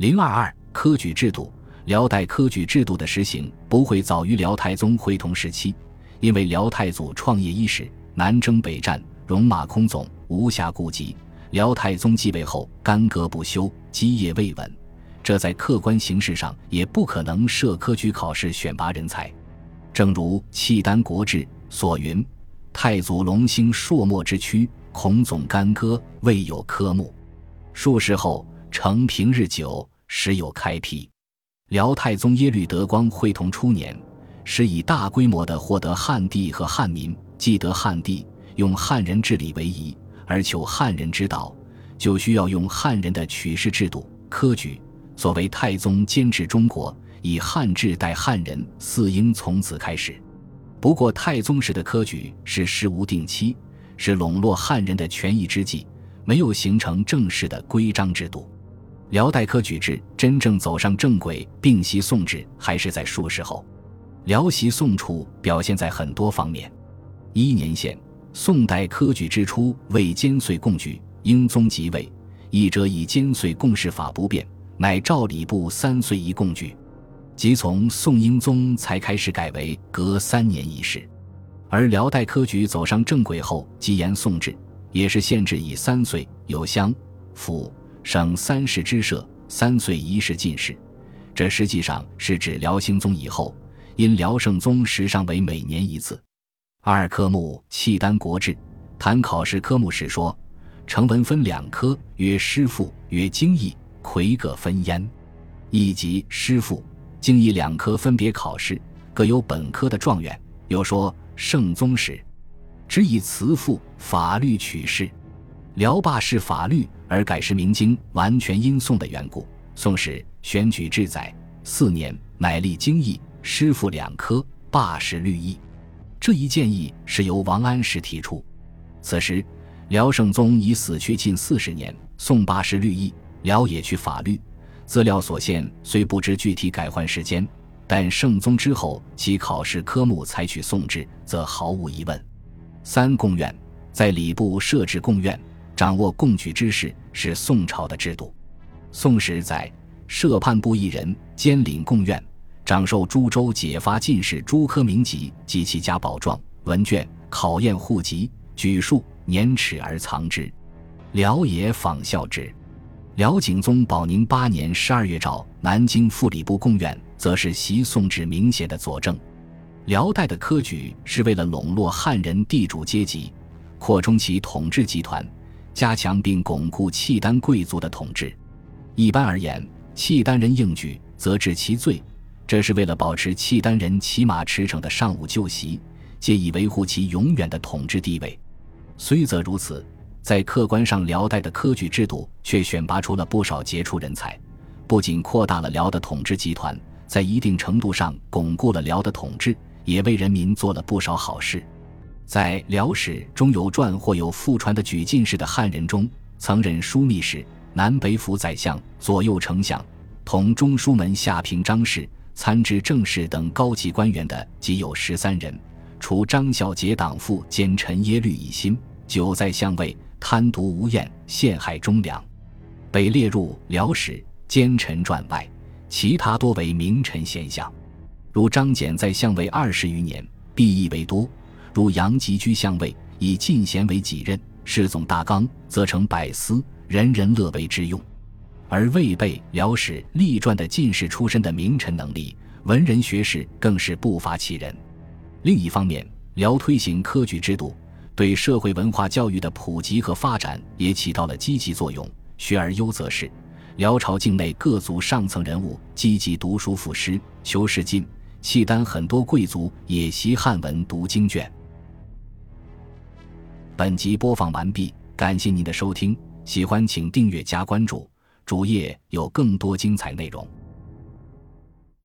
022科举制度。辽代科举制度的实行不会早于辽太宗会同时期，因为辽太祖创业伊始，南征北战，戎马倥偬，无暇顾及。辽太宗继位后干戈不休，基业未稳，这在客观形势上也不可能设科举考试选拔人才。正如契丹国志所云：太祖隆兴朔漠之区，孔总干戈，未有科目。数世后，承平日久，时有开辟。辽太宗耶律德光会同初年，是以大规模地获得汉地和汉民，既得汉地，用汉人治理为宜，而求汉人之道，就需要用汉人的取士制度科举。作为太宗监治中国，以汉制待汉人，似应从此开始。不过太宗时的科举是事无定期，是笼络汉人的权宜之计，没有形成正式的规章制度。辽代科举制真正走上正轨并习宋制还是在数世后。辽习宋处表现在很多方面。一年县，宋代科举之初为监岁贡举，英宗即位，议者以监岁贡事法不变，乃诏礼部3岁一贡举，即从宋英宗才开始改为隔3年一试。而辽代科举走上正轨后，即沿宋制，也是县制以3岁有乡、府、省3试之设，3岁一试进士。这实际上是指辽兴宗以后，因辽圣宗时尚为每年一次。2科目契丹国志谈考试科目时说，成文分2科，曰诗赋，曰经义，魁各分焉。亦即诗赋、经义2科分别考试，各有本科的状元。又说圣宗时只以辞赋、法律取士。辽罢谥法律而改谥明经，完全因宋的缘故。宋时选举制载4年，乃立经义、诗赋2科，罢谥律义。这一建议是由王安石提出。此时辽圣宗已死去近40年，宋罢谥律义，辽也去法律。资料所限虽不知具体改换时间，但圣宗之后其考试科目采取宋制，则毫无疑问。3贡院，在礼部设置贡院，掌握贡举之事，是宋朝的制度。宋时在设判部1人，兼领贡院，掌授诸州解发进士诸科名籍及其家宝状、文卷，考验户籍、举数、年齿而藏之。辽也仿效之。辽景宗宝宁8年12月诏南京副礼部贡院，则是习宋制明显的佐证。辽代的科举是为了笼络汉人地主阶级，扩充其统治集团，加强并巩固契丹贵族的统治。一般而言，契丹人应举，则治其罪，这是为了保持契丹人骑马驰骋的尚武旧习，借以维护其永远的统治地位。虽则如此，在客观上辽代的科举制度却选拔出了不少杰出人才，不仅扩大了辽的统治集团，在一定程度上巩固了辽的统治，也为人民做了不少好事。在辽史中有传或有附传的举进士的汉人中，曾任枢密使、南北府宰相、左右丞相、同中书门下平章事、参知政事等高级官员的即有13人，除张孝节党父兼陈耶律以心，久在相位，贪渎无厌，陷害忠良，被列入辽史奸臣传外，其他多为名臣贤相。如张謇在相位20余年，弊役为多；如杨吉居相位，以进贤为己任，侍总大纲，则成百司，人人乐为之用。而未被辽史立传的进士出身的名臣能力，文人学士更是不乏其人。另一方面，辽推行科举制度，对社会文化教育的普及和发展也起到了积极作用。学而优则仕，辽朝境内各族上层人物积极读书赋诗，求仕进，契丹很多贵族也习汉文读经卷。本集播放完毕，感谢您的收听，喜欢请订阅加关注，主页有更多精彩内容。